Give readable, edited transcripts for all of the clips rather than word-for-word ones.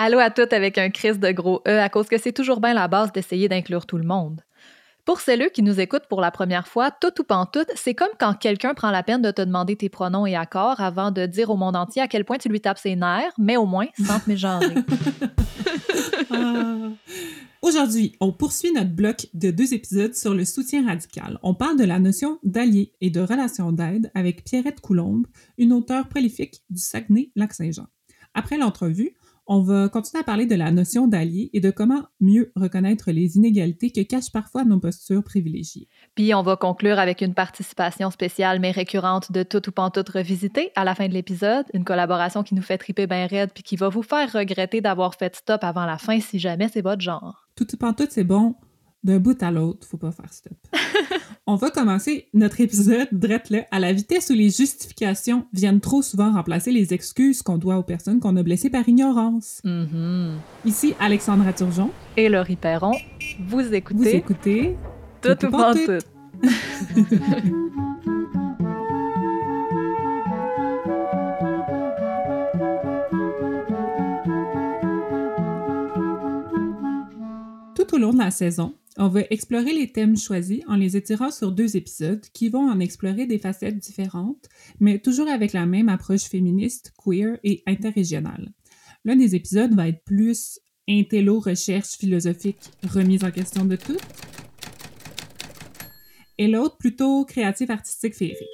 Allô à toutes avec un Chris de gros E à cause que c'est toujours bien la base d'essayer d'inclure tout le monde. Pour celles qui nous écoutent pour la première fois, tout ou pantoute, c'est comme quand quelqu'un prend la peine de te demander tes pronoms et accords avant de dire au monde entier à quel point tu lui tapes ses nerfs, mais au moins sans te mégenrer. Aujourd'hui, on poursuit notre bloc de 2 épisodes sur le soutien radical. On parle de la notion d'allié et de relation d'aide avec Pierrette Coulombe, une auteure prolifique du Saguenay-Lac-Saint-Jean. Après l'entrevue, on va continuer à parler de la notion d'allié et de comment mieux reconnaître les inégalités que cachent parfois nos postures privilégiées. Puis on va conclure avec une participation spéciale mais récurrente de Tout ou Pantoute revisité à la fin de l'épisode, une collaboration qui nous fait triper ben raide puis qui va vous faire regretter d'avoir fait stop avant la fin si jamais c'est votre genre. Tout ou pantoute, c'est bon d'un bout à l'autre, faut pas faire stop. On va commencer notre épisode drette là à la vitesse où les justifications viennent trop souvent remplacer les excuses qu'on doit aux personnes qu'on a blessées par ignorance. Ici Alexandra Turgeon et Laurie Perron, vous écoutez Tout ou Pantoute. Tout au long de la saison, on va explorer les thèmes choisis en les étirant sur 2 épisodes qui vont en explorer des facettes différentes, mais toujours avec la même approche féministe, queer et interrégionale. L'un des épisodes va être plus intello, recherche philosophique, remise en question de tout, et l'autre plutôt créative, artistique, féerique.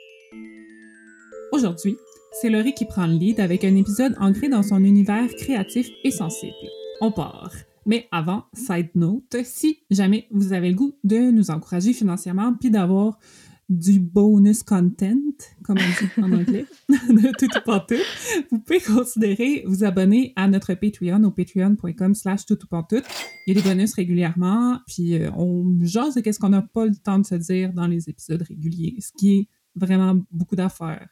Aujourd'hui, c'est Laurie qui prend le lead avec un épisode ancré dans son univers créatif et sensible. On part! Mais avant, side note, si jamais vous avez le goût de nous encourager financièrement puis d'avoir du bonus content, comme on dit en anglais, de tout ou pantoute, vous pouvez considérer vous abonner à notre Patreon au patreon.com/toutoutpantoute. Il y a des bonus régulièrement, puis on jase de qu'est-ce qu'on n'a pas le temps de se dire dans les épisodes réguliers, ce qui est vraiment beaucoup d'affaires.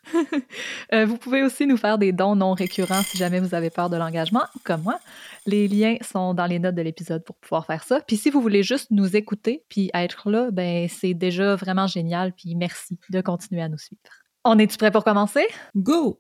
Vous pouvez aussi nous faire des dons non récurrents si jamais vous avez peur de l'engagement, comme moi. Les liens sont dans les notes de l'épisode pour pouvoir faire ça. Puis si vous voulez juste nous écouter puis être là, ben c'est déjà vraiment génial. Puis merci de continuer à nous suivre. On est-tu prêt pour commencer? Go!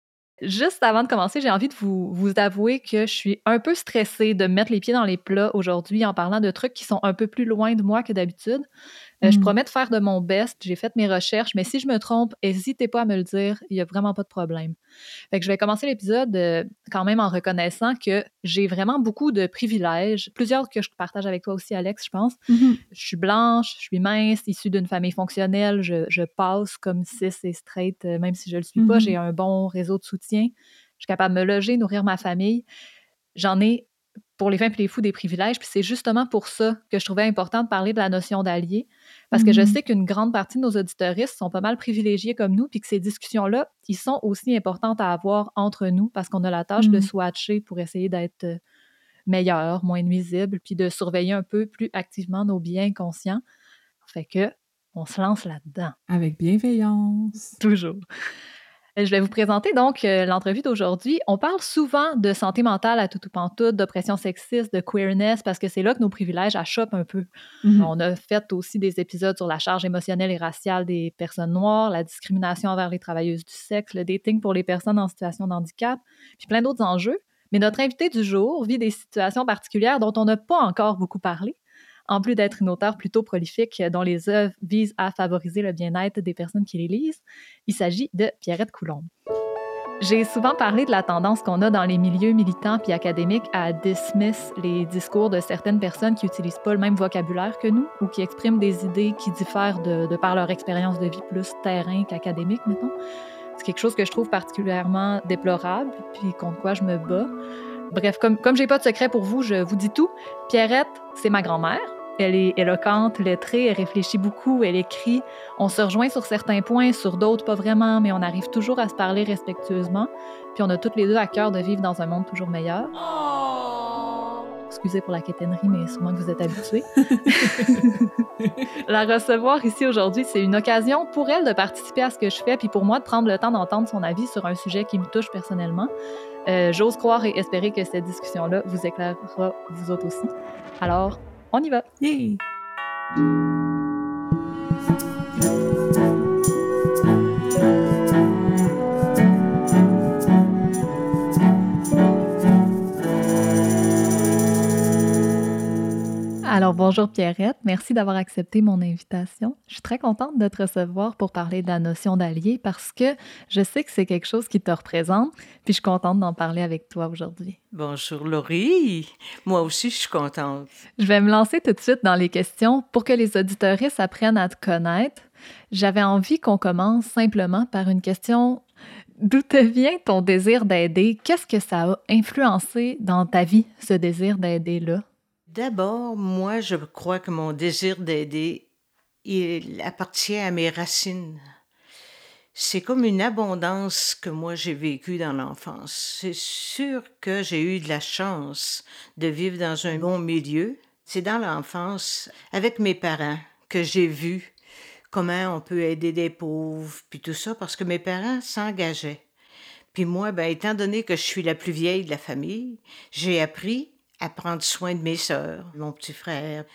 Juste avant de commencer, j'ai envie de vous avouer que je suis un peu stressée de mettre les pieds dans les plats aujourd'hui en parlant de trucs qui sont un peu plus loin de moi que d'habitude. Je promets de faire de mon best, j'ai fait mes recherches, mais si je me trompe, n'hésitez pas à me le dire, il n'y a vraiment pas de problème. Fait que je vais commencer l'épisode quand même en reconnaissant que j'ai vraiment beaucoup de privilèges, plusieurs que je partage avec toi aussi, Alex, je pense. Je suis blanche, je suis mince, issue d'une famille fonctionnelle, je passe comme cis et straight, même si je le suis pas, j'ai un bon réseau de soutien, je suis capable de me loger, nourrir ma famille. J'en ai pour les fins et les fous des privilèges, puis c'est justement pour ça que je trouvais important de parler de la notion d'allié, parce que je sais qu'une grande partie de nos auditeuristes sont pas mal privilégiés comme nous, puis que ces discussions-là, ils sont aussi importantes à avoir entre nous, parce qu'on a la tâche de swatcher pour essayer d'être meilleur, moins nuisible, puis de surveiller un peu plus activement nos biens conscients. Fait que, on se lance là-dedans. Avec bienveillance. Toujours. Je vais vous présenter donc l'entrevue d'aujourd'hui. On parle souvent de santé mentale à tout ou pantoute, d'oppression sexiste, de queerness, parce que c'est là que nos privilèges achoppent un peu. On a fait aussi des épisodes sur la charge émotionnelle et raciale des personnes noires, la discrimination envers les travailleuses du sexe, le dating pour les personnes en situation de handicap, puis plein d'autres enjeux. Mais notre invité du jour vit des situations particulières dont on n'a pas encore beaucoup parlé, en plus d'être une auteure plutôt prolifique dont les œuvres visent à favoriser le bien-être des personnes qui les lisent. Il s'agit de Pierrette Coulombe. J'ai souvent parlé de la tendance qu'on a dans les milieux militants puis académiques à dismiss les discours de certaines personnes qui n'utilisent pas le même vocabulaire que nous ou qui expriment des idées qui diffèrent de par leur expérience de vie plus terrain qu'académique, mettons. C'est quelque chose que je trouve particulièrement déplorable puis contre quoi je me bats. Bref, comme j'ai pas de secret pour vous, je vous dis tout. Pierrette, c'est ma grand-mère. Elle est éloquente, lettrée, elle réfléchit beaucoup, elle écrit. On se rejoint sur certains points, sur d'autres pas vraiment, mais on arrive toujours à se parler respectueusement. Puis on a toutes les deux à cœur de vivre dans un monde toujours meilleur. Excusez pour la quétainerie, mais sûrement que vous êtes habitués. La recevoir ici aujourd'hui, c'est une occasion pour elle de participer à ce que je fais, puis pour moi de prendre le temps d'entendre son avis sur un sujet qui me touche personnellement. J'ose croire et espérer que cette discussion-là vous éclairera vous autres aussi. Alors, on y va! Yay! Alors, bonjour Pierrette, merci d'avoir accepté mon invitation. Je suis très contente de te recevoir pour parler de la notion d'allié parce que je sais que c'est quelque chose qui te représente, puis je suis contente d'en parler avec toi aujourd'hui. Bonjour Laurie, moi aussi je suis contente. Je vais me lancer tout de suite dans les questions pour que les auditeuristes apprennent à te connaître. J'avais envie qu'on commence simplement par une question. D'où te vient ton désir d'aider? Qu'est-ce que ça a influencé dans ta vie, ce désir d'aider-là? D'abord, moi, je crois que mon désir d'aider, il appartient à mes racines. C'est comme une abondance que moi j'ai vécue dans l'enfance. C'est sûr que j'ai eu de la chance de vivre dans un bon milieu. C'est dans l'enfance, avec mes parents, que j'ai vu comment on peut aider des pauvres, puis tout ça, parce que mes parents s'engageaient. Puis moi, étant donné que je suis la plus vieille de la famille, j'ai appris à prendre soin de mes sœurs, mon petit frère.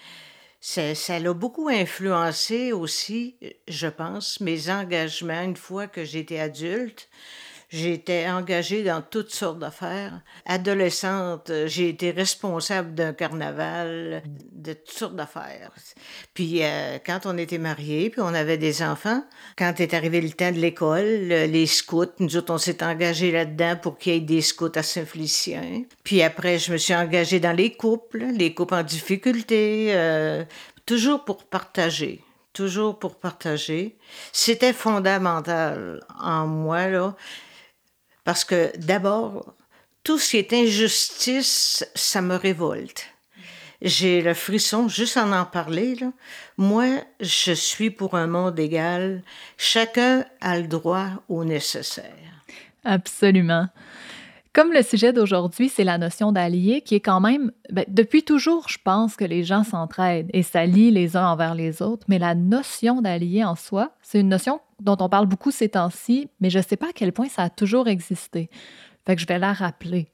Ça l'a beaucoup influencé aussi, je pense, mes engagements. Une fois que j'étais adulte, j'étais engagée dans toutes sortes d'affaires. Adolescente, j'ai été responsable d'un carnaval, de toutes sortes d'affaires. Puis quand on était mariés, puis on avait des enfants, quand est arrivé le temps de l'école, les scouts, nous autres, on s'est engagés là-dedans pour qu'il y ait des scouts à Saint-Félicien. Puis après, je me suis engagée dans les couples en difficulté, toujours pour partager. Toujours pour partager. C'était fondamental en moi, là. Parce que d'abord, tout ce qui est injustice, ça me révolte. J'ai le frisson juste en parler, là. Moi, je suis pour un monde égal. Chacun a le droit au nécessaire. Absolument. Comme le sujet d'aujourd'hui, c'est la notion d'allié qui est quand même... depuis toujours, je pense que les gens s'entraident et s'allient les uns envers les autres, mais la notion d'allié en soi, c'est une notion dont on parle beaucoup ces temps-ci, mais je ne sais pas à quel point ça a toujours existé. Fait que je vais la rappeler.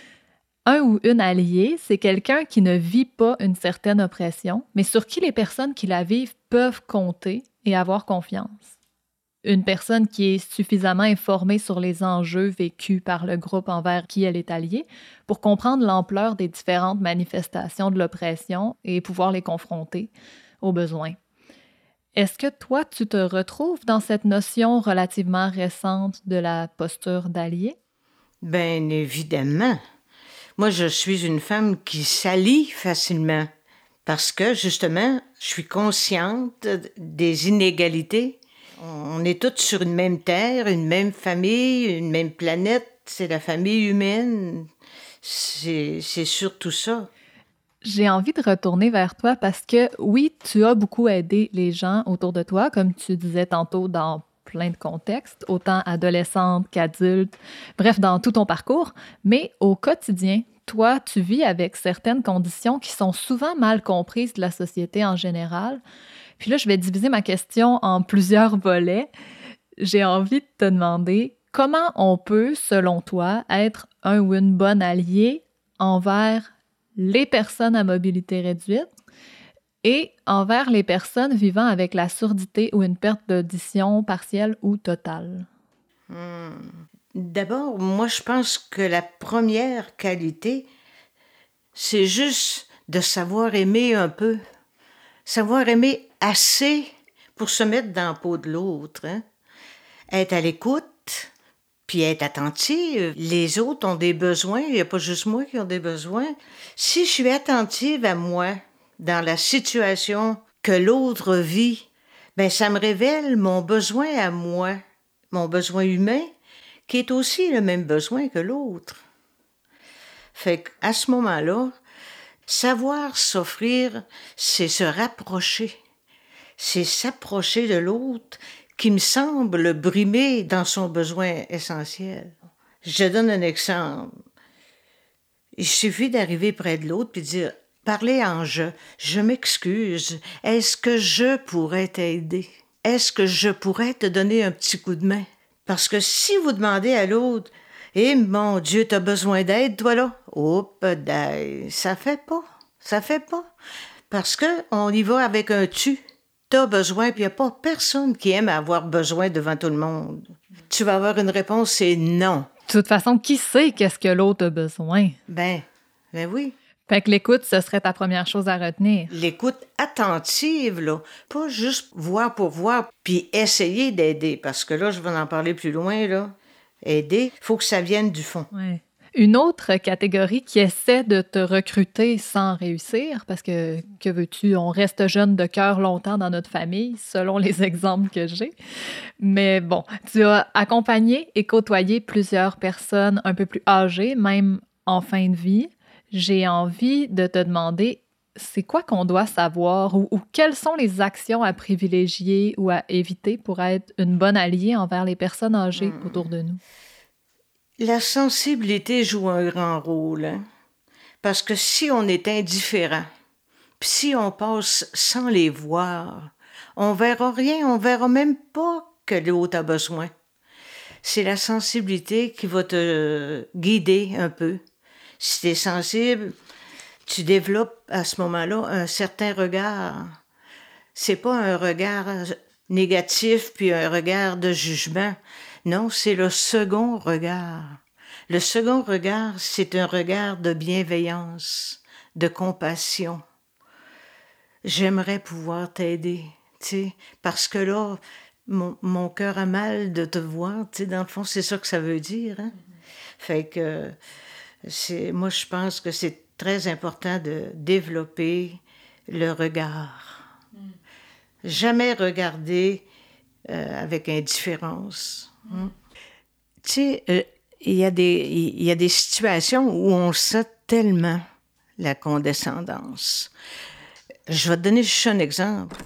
Un ou une alliée, c'est quelqu'un qui ne vit pas une certaine oppression, mais sur qui les personnes qui la vivent peuvent compter et avoir confiance. Une personne qui est suffisamment informée sur les enjeux vécus par le groupe envers qui elle est alliée pour comprendre l'ampleur des différentes manifestations de l'oppression et pouvoir les confronter aux besoins. Est-ce que toi, tu te retrouves dans cette notion relativement récente de la posture d'allié? Bien évidemment. Moi, je suis une femme qui s'allie facilement parce que, justement, je suis consciente des inégalités. On est toutes sur une même terre, une même famille, une même planète. C'est la famille humaine. C'est surtout ça. J'ai envie de retourner vers toi parce que, oui, tu as beaucoup aidé les gens autour de toi, comme tu disais tantôt, dans plein de contextes, autant adolescente qu'adulte, bref, dans tout ton parcours. Mais au quotidien, toi, tu vis avec certaines conditions qui sont souvent mal comprises de la société en général. Puis là, je vais diviser ma question en plusieurs volets. J'ai envie de te demander comment on peut, selon toi, être un ou une bonne alliée envers les personnes à mobilité réduite et envers les personnes vivant avec la surdité ou une perte d'audition partielle ou totale. D'abord, moi, je pense que la première qualité, c'est juste de savoir aimer un peu. Savoir aimer assez pour se mettre dans la peau de l'autre. Hein? Être à l'écoute, puis être attentive. Les autres ont des besoins, il n'y a pas juste moi qui ont des besoins. Si je suis attentive à moi, dans la situation que l'autre vit, ça me révèle mon besoin à moi, mon besoin humain, qui est aussi le même besoin que l'autre. Fait qu'à ce moment-là, savoir s'offrir, c'est se rapprocher. C'est s'approcher de l'autre qui me semble brimé dans son besoin essentiel. Je donne un exemple. Il suffit d'arriver près de l'autre et de dire « Parler en je m'excuse, est-ce que je pourrais t'aider? Est-ce que je pourrais te donner un petit coup de main? » Parce que si vous demandez à l'autre « Eh mon Dieu, t'as besoin d'aide, toi là? » Oh, peut-être, ça fait pas. Parce qu'on y va avec un tu. T'as besoin, puis il n'y a pas personne qui aime avoir besoin devant tout le monde. Tu vas avoir une réponse, c'est non. De toute façon, qui sait qu'est-ce que l'autre a besoin? Ben oui. Fait que l'écoute, ce serait ta première chose à retenir. L'écoute attentive, là. Pas juste voir pour voir, puis essayer d'aider, parce que là, je vais en parler plus loin, là. Aider, il faut que ça vienne du fond. Ouais. Une autre catégorie qui essaie de te recruter sans réussir, parce que veux-tu, on reste jeune de cœur longtemps dans notre famille, selon les exemples que j'ai. Mais bon, tu as accompagné et côtoyé plusieurs personnes un peu plus âgées, même en fin de vie. J'ai envie de te demander, c'est quoi qu'on doit savoir ou quelles sont les actions à privilégier ou à éviter pour être une bonne alliée envers les personnes âgées autour de nous? La sensibilité joue un grand rôle, hein? Parce que si on est indifférent, puis si on passe sans les voir, on verra rien, on verra même pas que l'autre a besoin. C'est la sensibilité qui va te guider un peu. Si tu es sensible, tu développes à ce moment-là un certain regard. C'est pas un regard négatif puis un regard de jugement. Non, c'est le second regard. Le second regard, c'est un regard de bienveillance, de compassion. J'aimerais pouvoir t'aider, tu sais, parce que là, mon cœur a mal de te voir, tu sais, dans le fond, c'est ça que ça veut dire, hein? Fait que, moi, je pense que c'est très important de développer le regard. Jamais regarder avec indifférence. Tu sais, il y a des situations où on sent tellement la condescendance. Je vais te donner juste un exemple.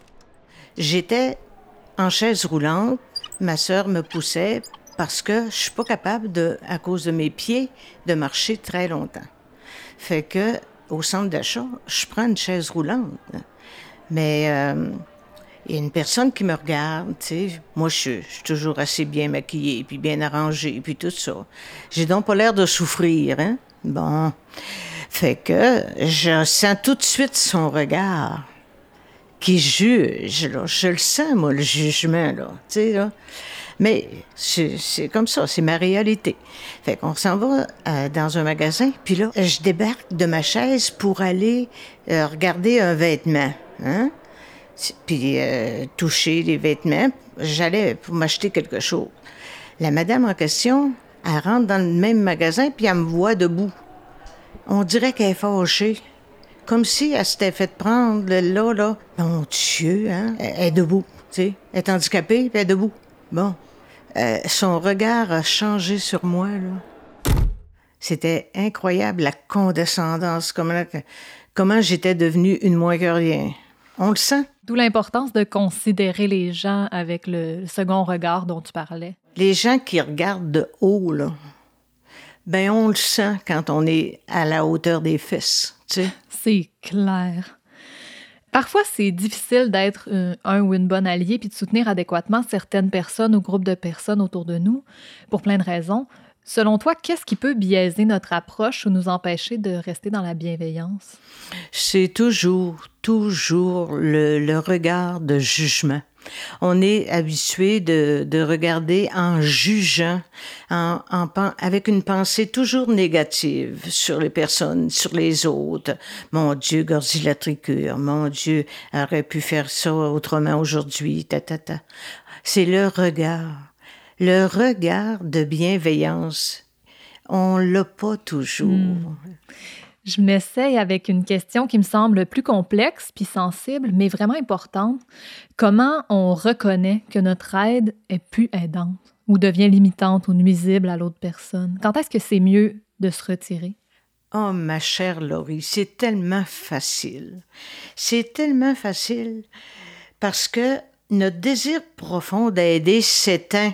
J'étais en chaise roulante, ma sœur me poussait parce que je suis pas capable à cause de mes pieds, de marcher très longtemps. Fait que, au centre d'achat, je prends une chaise roulante. Mais il y a une personne qui me regarde, tu sais. Moi, je suis toujours assez bien maquillée, puis bien arrangée, puis tout ça. J'ai donc pas l'air de souffrir, hein? Bon. Fait que je sens tout de suite son regard qui juge, là. Je le sens, moi, le jugement, là, tu sais, là. Mais c'est comme ça, c'est ma réalité. Fait qu'on s'en va dans un magasin, puis là, je débarque de ma chaise pour aller regarder un vêtement, hein? Puis toucher les vêtements. J'allais pour m'acheter quelque chose. La madame en question, elle rentre dans le même magasin, puis elle me voit debout. On dirait qu'elle est fâchée. Comme si elle s'était fait prendre là. Mon Dieu, hein? Elle est debout, tu sais. Elle est handicapée, puis elle est debout. Bon. Son regard a changé sur moi, là. C'était incroyable, la condescendance. Comment j'étais devenue une moins que rien. On le sent. D'où l'importance de considérer les gens avec le second regard dont tu parlais. Les gens qui regardent de haut, là, ben on le sent quand on est à la hauteur des fesses, tu sais. C'est clair. Parfois, c'est difficile d'être un ou une bonne alliée puis de soutenir adéquatement certaines personnes ou groupes de personnes autour de nous, pour plein de raisons. Selon toi, qu'est-ce qui peut biaiser notre approche ou nous empêcher de rester dans la bienveillance? C'est toujours le regard de jugement. On est habitué de regarder en jugeant, avec une pensée toujours négative sur les personnes, sur les autres. Mon Dieu, gordit la tricure. Mon Dieu, aurait pu faire ça autrement aujourd'hui. C'est le regard. Le regard de bienveillance, on l'a pas toujours. Je m'essaye avec une question qui me semble plus complexe puis sensible, mais vraiment importante. Comment on reconnaît que notre aide est plus aidante ou devient limitante ou nuisible à l'autre personne? Quand est-ce que c'est mieux de se retirer? Oh, ma chère Laurie, c'est tellement facile. C'est tellement facile parce que notre désir profond d'aider s'éteint.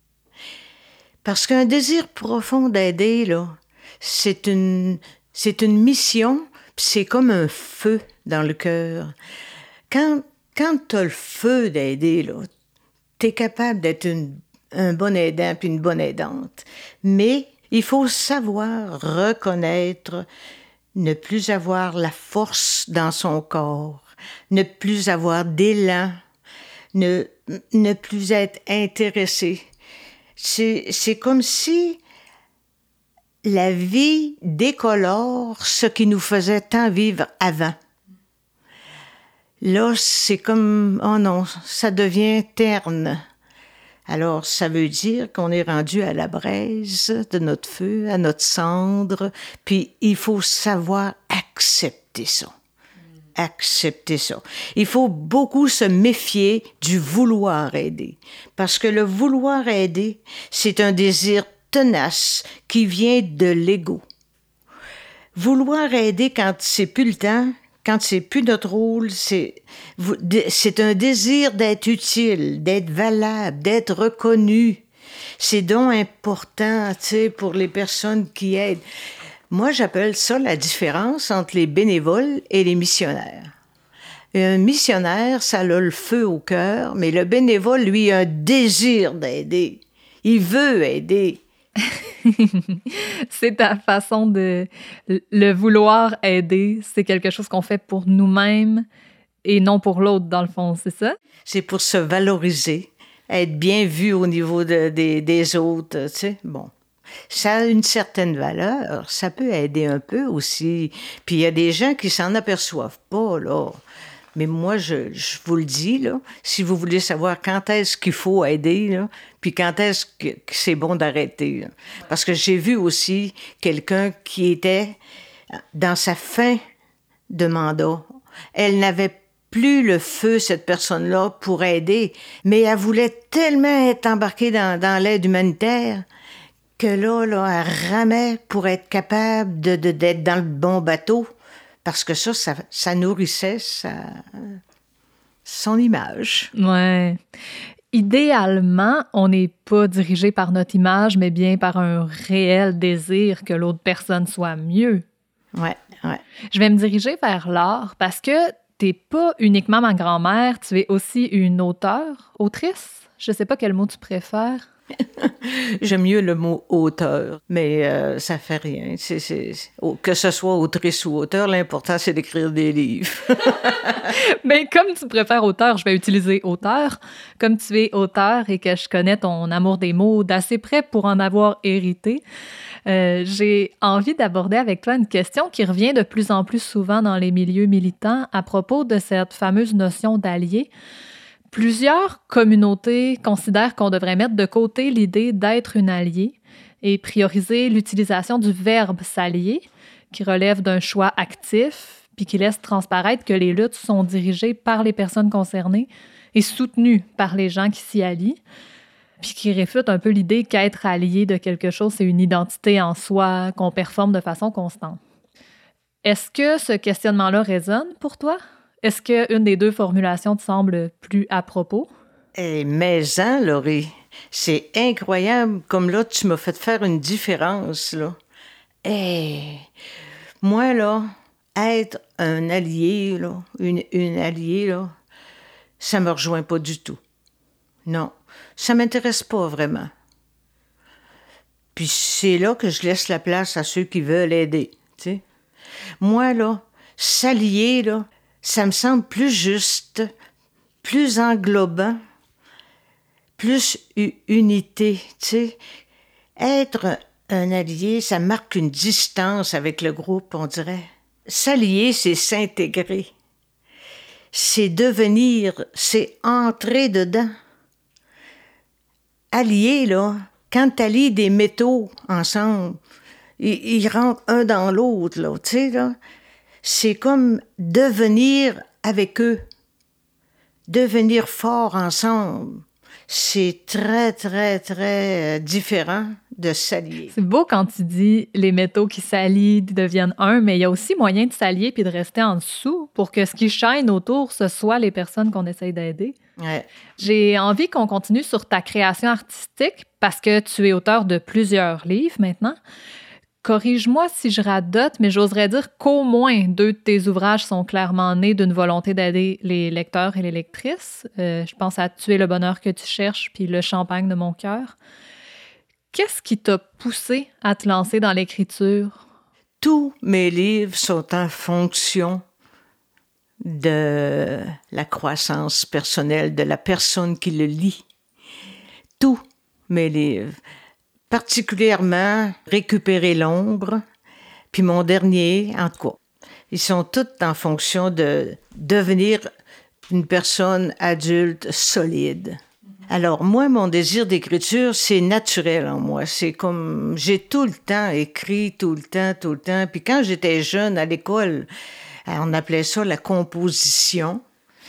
Parce qu'un désir profond d'aider, là, c'est une mission, puis c'est comme un feu dans le cœur. Quand t'as le feu d'aider, là, t'es capable d'être un bon aidant puis une bonne aidante. Mais il faut savoir reconnaître, ne plus avoir la force dans son corps, ne plus avoir d'élan, ne plus être intéressé. C'est comme si la vie décolore ce qui nous faisait tant vivre avant. Là, c'est comme, oh non, ça devient terne. Alors, ça veut dire qu'on est rendu à la braise de notre feu, à notre cendre, puis il faut savoir accepter ça. Accepter ça. Il faut beaucoup se méfier du vouloir aider, parce que le vouloir aider, c'est un désir tenace qui vient de l'ego. Vouloir aider quand c'est plus le temps, quand c'est plus notre rôle, c'est un désir d'être utile, d'être valable, d'être reconnu. C'est donc important, tu sais, pour les personnes qui aident. Moi, j'appelle ça la différence entre les bénévoles et les missionnaires. Un missionnaire, ça a le feu au cœur, mais le bénévole, lui, a un désir d'aider. Il veut aider. C'est ta façon de... Le vouloir aider, c'est quelque chose qu'on fait pour nous-mêmes et non pour l'autre, dans le fond, c'est ça? C'est pour se valoriser, être bien vu au niveau des autres, tu sais, bon. Ça a une certaine valeur, ça peut aider un peu aussi. Puis il y a des gens qui s'en aperçoivent pas, là. Mais moi, je vous le dis, là, si vous voulez savoir quand est-ce qu'il faut aider, là, puis quand est-ce que c'est bon d'arrêter. Là. Parce que j'ai vu aussi quelqu'un qui était dans sa fin de mandat. Elle n'avait plus le feu, cette personne-là, pour aider, mais elle voulait tellement être embarquée dans l'aide humanitaire que là, elle ramait pour être capable d'être dans le bon bateau. Parce que ça nourrissait son image. Ouais. Idéalement, on n'est pas dirigé par notre image, mais bien par un réel désir que l'autre personne soit mieux. Ouais. Je vais me diriger vers l'art parce que t'es pas uniquement ma grand-mère, tu es aussi une autrice. Je sais pas quel mot tu préfères. J'aime mieux le mot auteur, mais ça fait rien. Que ce soit autrice ou auteur, l'important, c'est d'écrire des livres. Mais comme tu préfères auteur, je vais utiliser auteur. Comme tu es auteur et que je connais ton amour des mots d'assez près pour en avoir hérité, j'ai envie d'aborder avec toi une question qui revient de plus en plus souvent dans les milieux militants à propos de cette fameuse notion d'allié. Plusieurs communautés considèrent qu'on devrait mettre de côté l'idée d'être une alliée et prioriser l'utilisation du verbe s'allier, qui relève d'un choix actif, puis qui laisse transparaître que les luttes sont dirigées par les personnes concernées et soutenues par les gens qui s'y allient, puis qui réfute un peu l'idée qu'être allié de quelque chose, c'est une identité en soi qu'on performe de façon constante. Est-ce que ce questionnement-là résonne pour toi? Est-ce qu'une des deux formulations te semble plus à propos? Mais Laurie, c'est incroyable comme là, tu m'as fait faire une différence, là. Moi, là, être un allié, là, une alliée, là, ça me rejoint pas du tout. Non, ça m'intéresse pas vraiment. Puis c'est là que je laisse la place à ceux qui veulent aider, tu sais. Moi, là, s'allier, là, ça me semble plus juste, plus englobant, plus unité, tu sais. Être un allié, ça marque une distance avec le groupe, on dirait. S'allier, c'est s'intégrer. C'est devenir, c'est entrer dedans. Allier, là, quand tu allies des métaux ensemble, ils rentrent un dans l'autre, là, tu sais, là. C'est comme devenir avec eux, devenir fort ensemble. C'est très, très, très différent de s'allier. C'est beau quand tu dis les métaux qui s'allient deviennent un, mais il y a aussi moyen de s'allier puis de rester en dessous pour que ce qui chaîne autour, ce soit les personnes qu'on essaye d'aider. Ouais. J'ai envie qu'on continue sur ta création artistique parce que tu es auteur de plusieurs livres maintenant. Corrige-moi si je radote, mais j'oserais dire qu'au moins 2 de tes ouvrages sont clairement nés d'une volonté d'aider les lecteurs et les lectrices. Je pense à Tu es le bonheur que tu cherches puis Le champagne de mon cœur. Qu'est-ce qui t'a poussé à te lancer dans l'écriture? Tous mes livres sont en fonction de la croissance personnelle de la personne qui le lit. Tous mes livres. particulièrement Récupérer l'ombre, puis mon dernier, en tout cas. Ils sont tous en fonction de devenir une personne adulte solide. Alors, moi, mon désir d'écriture, c'est naturel en moi. C'est comme, j'ai tout le temps écrit, tout le temps. Puis quand j'étais jeune, à l'école, on appelait ça la composition.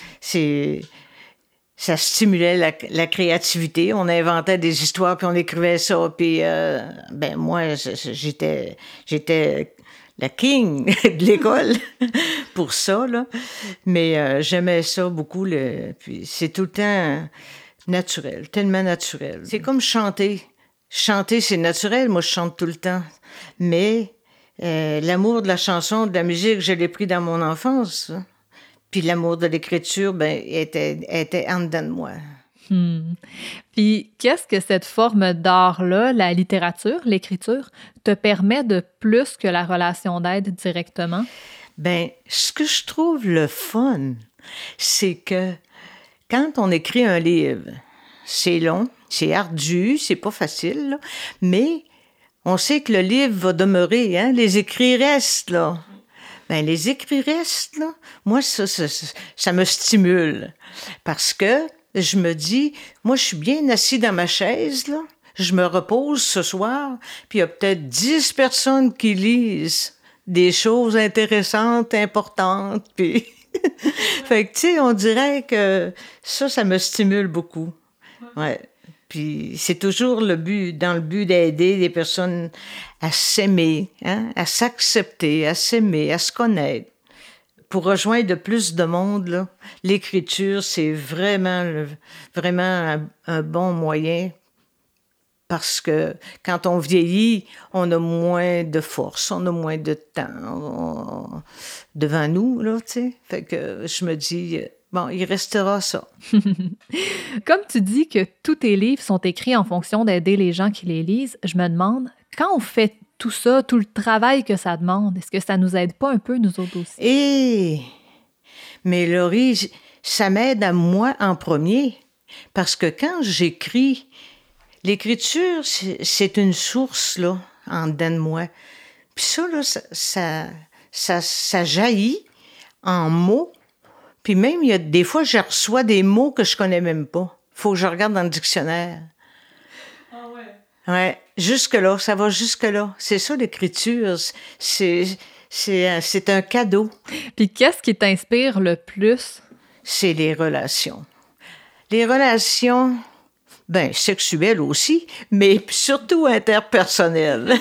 Ça stimulait la créativité. On inventait des histoires, puis on écrivait ça. Puis, moi, j'étais la king de l'école pour ça, là. Mais j'aimais ça beaucoup. Puis c'est tout le temps naturel, tellement naturel. C'est comme chanter. Chanter, c'est naturel. Moi, je chante tout le temps. Mais l'amour de la chanson, de la musique, je l'ai pris dans mon enfance. Puis l'amour de l'écriture, était en dedans de moi. Puis qu'est-ce que cette forme d'art-là, la littérature, l'écriture, te permet de plus que la relation d'aide directement? Ce que je trouve le fun, c'est que quand on écrit un livre, c'est long, c'est ardu, c'est pas facile, là, mais on sait que le livre va demeurer, hein? Les écrits restent, là. Les écrits restent, là. Moi, ça me stimule. Parce que je me dis, moi, je suis bien assis dans ma chaise, là. Je me repose ce soir, puis il y a peut-être 10 personnes qui lisent des choses intéressantes, importantes, puis... Fait que, tu sais, on dirait que ça me stimule beaucoup. Ouais. Puis c'est toujours dans le but d'aider les personnes à s'aimer, hein, à s'accepter, à s'aimer, à se connaître. Pour rejoindre de plus de monde, là, l'écriture, c'est vraiment un bon moyen parce que quand on vieillit, on a moins de force, on a moins de temps devant nous, là, tu sais. Fait que je me dis, il restera ça. Comme tu dis que tous tes livres sont écrits en fonction d'aider les gens qui les lisent, je me demande, quand on fait tout ça, tout le travail que ça demande, est-ce que ça nous aide pas un peu, nous autres aussi? Mais Laurie, ça m'aide à moi en premier, parce que quand j'écris, l'écriture, c'est une source, là, en dedans de moi. Puis ça, là, ça jaillit en mots. Puis même, il y a des fois, je reçois des mots que je connais même pas. Faut que je regarde dans le dictionnaire. Ah ouais? Ouais, jusque-là, ça va jusque-là. C'est ça, l'écriture. C'est un cadeau. Puis qu'est-ce qui t'inspire le plus? C'est les relations. Les relations, sexuelles aussi, mais surtout interpersonnelles.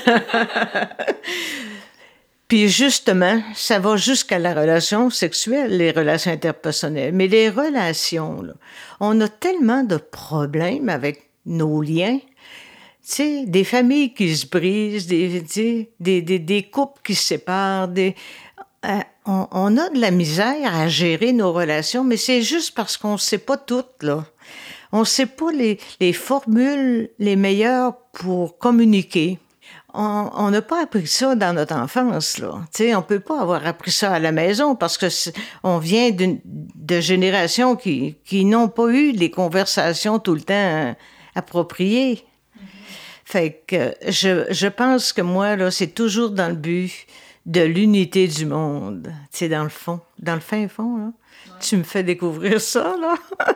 Puis justement, ça va jusqu'à la relation sexuelle, les relations interpersonnelles. Mais les relations, là, on a tellement de problèmes avec nos liens. Tu sais, des familles qui se brisent, des couples qui se séparent. On a de la misère à gérer nos relations, mais c'est juste parce qu'on ne sait pas toutes, là. On ne sait pas les formules les meilleures pour communiquer. On n'a pas appris ça dans notre enfance, là. Tu sais, on peut pas avoir appris ça à la maison parce que on vient de générations qui n'ont pas eu les conversations tout le temps appropriées. Fait que je pense que moi, là, c'est toujours dans le but de l'unité du monde. Tu sais, dans le fond, dans le fin fond, là. Ouais. Tu me fais découvrir ça, là.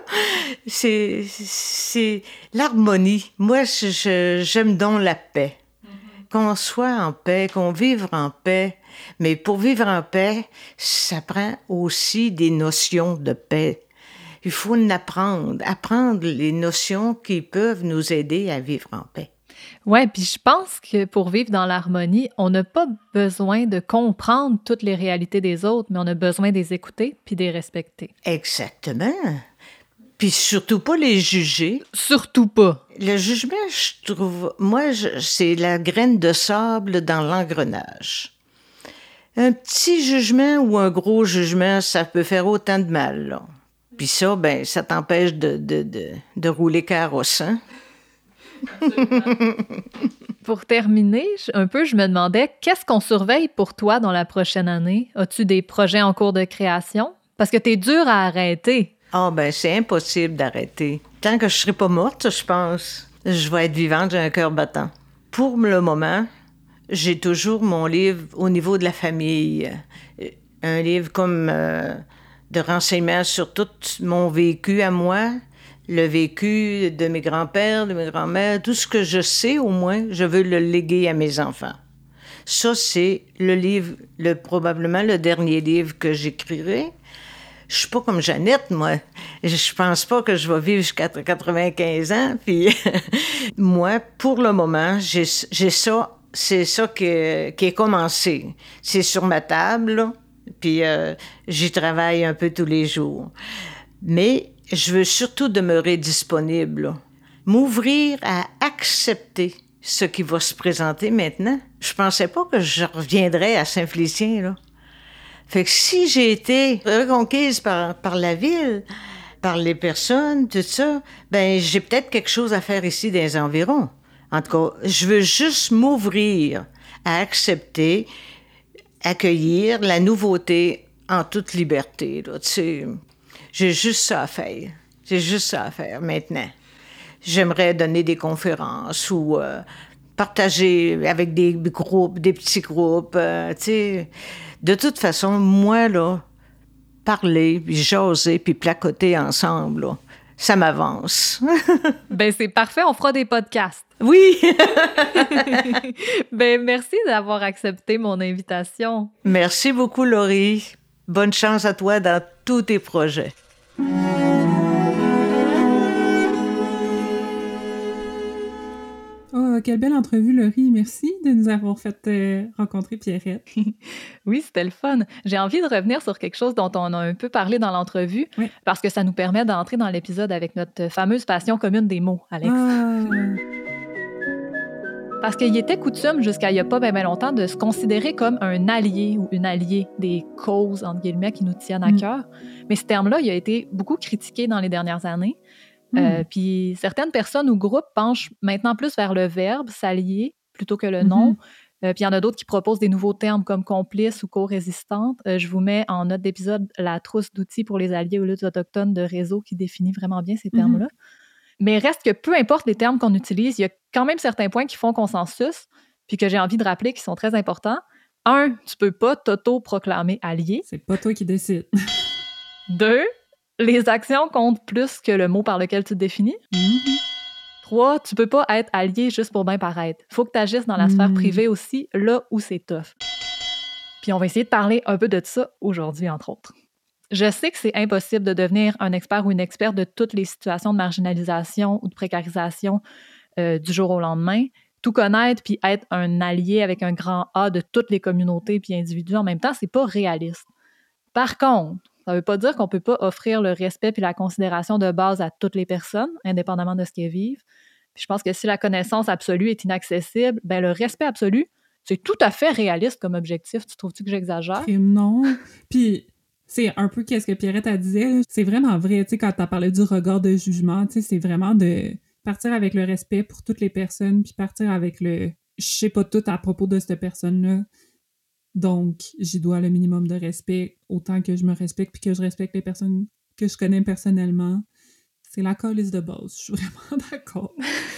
c'est l'harmonie. Moi, j'aime donc la paix. Qu'on soit en paix, qu'on vive en paix. Mais pour vivre en paix, ça prend aussi des notions de paix. Il faut apprendre les notions qui peuvent nous aider à vivre en paix. Oui, puis je pense que pour vivre dans l'harmonie, on n'a pas besoin de comprendre toutes les réalités des autres, mais on a besoin de les écouter puis de les respecter. Exactement. Puis surtout pas les juger. Surtout pas. Le jugement, je trouve, c'est la graine de sable dans l'engrenage. Un petit jugement ou un gros jugement, ça peut faire autant de mal, là. Puis ça, ça t'empêche de rouler carrosse, hein? Pour terminer, je me demandais, qu'est-ce qu'on surveille pour toi dans la prochaine année? As-tu des projets en cours de création? Parce que t'es dur à arrêter. C'est impossible d'arrêter. Tant que je serai pas morte, je pense, je vais être vivante, j'ai un cœur battant. pour le moment, j'ai toujours mon livre au niveau de la famille. Un livre comme de renseignements sur tout mon vécu à moi, le vécu de mes grands-pères, de mes grands-mères, tout ce que je sais au moins, je veux le léguer à mes enfants. Ça, c'est le livre, probablement le dernier livre que j'écrirai. Je suis pas comme Jeannette, moi. Je pense pas que je vais vivre jusqu'à 95 ans. Puis moi, pour le moment, j'ai ça. C'est ça qui est commencé. C'est sur ma table, là. Puis j'y travaille un peu tous les jours. Mais je veux surtout demeurer disponible, là. M'ouvrir à accepter ce qui va se présenter maintenant. Je pensais pas que je reviendrais à Saint-Félicien, là. Fait que si j'ai été reconquise par la ville, par les personnes, tout ça, ben j'ai peut-être quelque chose à faire ici dans les environs. En tout cas, je veux juste m'ouvrir à accepter, accueillir la nouveauté en toute liberté, là. Tu sais, j'ai juste ça à faire. J'ai juste ça à faire maintenant. J'aimerais donner des conférences ou partager avec des groupes, des petits groupes, tu sais. De toute façon, moi, là, parler, puis jaser, puis placoter ensemble, là, ça m'avance. Ben c'est parfait, on fera des podcasts. Oui! Ben merci d'avoir accepté mon invitation. Merci beaucoup, Laurie. Bonne chance à toi dans tous tes projets. Oh, quelle belle entrevue, Laurie. Merci de nous avoir fait rencontrer Pierrette. Oui, c'était le fun. J'ai envie de revenir sur quelque chose dont on a un peu parlé dans l'entrevue, oui, parce que ça nous permet d'entrer dans l'épisode avec notre fameuse passion commune des mots, Alex. Parce qu'il était coutume, jusqu'à il n'y a pas bien longtemps, de se considérer comme un allié ou une alliée des causes, entre guillemets, qui nous tiennent à cœur. Mais ce terme-là, il a été beaucoup critiqué dans les dernières années. Puis certaines personnes ou groupes penchent maintenant plus vers le verbe s'allier plutôt que le nom. Puis il y en a d'autres qui proposent des nouveaux termes comme complice ou co-résistante. Je vous mets en note d'épisode la trousse d'outils pour les alliés aux luttes autochtones de réseau qui définit vraiment bien ces termes-là. Mais reste que peu importe les termes qu'on utilise, il y a quand même certains points qui font consensus puis que j'ai envie de rappeler qui sont très importants. 1, tu peux pas t'auto-proclamer allié. C'est pas toi qui décides. 2, les actions comptent plus que le mot par lequel tu te définis. 3, tu peux pas être allié juste pour bien paraître. Faut que tu agisses dans la sphère privée aussi, là où c'est tough. Puis on va essayer de parler un peu de ça aujourd'hui, entre autres. Je sais que c'est impossible de devenir un expert ou une experte de toutes les situations de marginalisation ou de précarisation du jour au lendemain. Tout connaître puis être un allié avec un grand A de toutes les communautés puis individus en même temps, c'est pas réaliste. Par contre, ça veut pas dire qu'on peut pas offrir le respect puis la considération de base à toutes les personnes, indépendamment de ce qu'elles vivent. Puis je pense que si la connaissance absolue est inaccessible, ben le respect absolu, c'est tout à fait réaliste comme objectif. Tu trouves-tu que j'exagère? Non. Puis c'est un peu qu'est-ce que Pierrette a dit. C'est vraiment vrai, tu sais, quand t'as parlé du regard de jugement, tu sais, c'est vraiment de partir avec le respect pour toutes les personnes, puis partir avec le « je sais pas tout à propos de cette personne-là ». Donc, j'y dois le minimum de respect, autant que je me respecte puis que je respecte les personnes que je connais personnellement. C'est la calice de base. Je suis vraiment d'accord.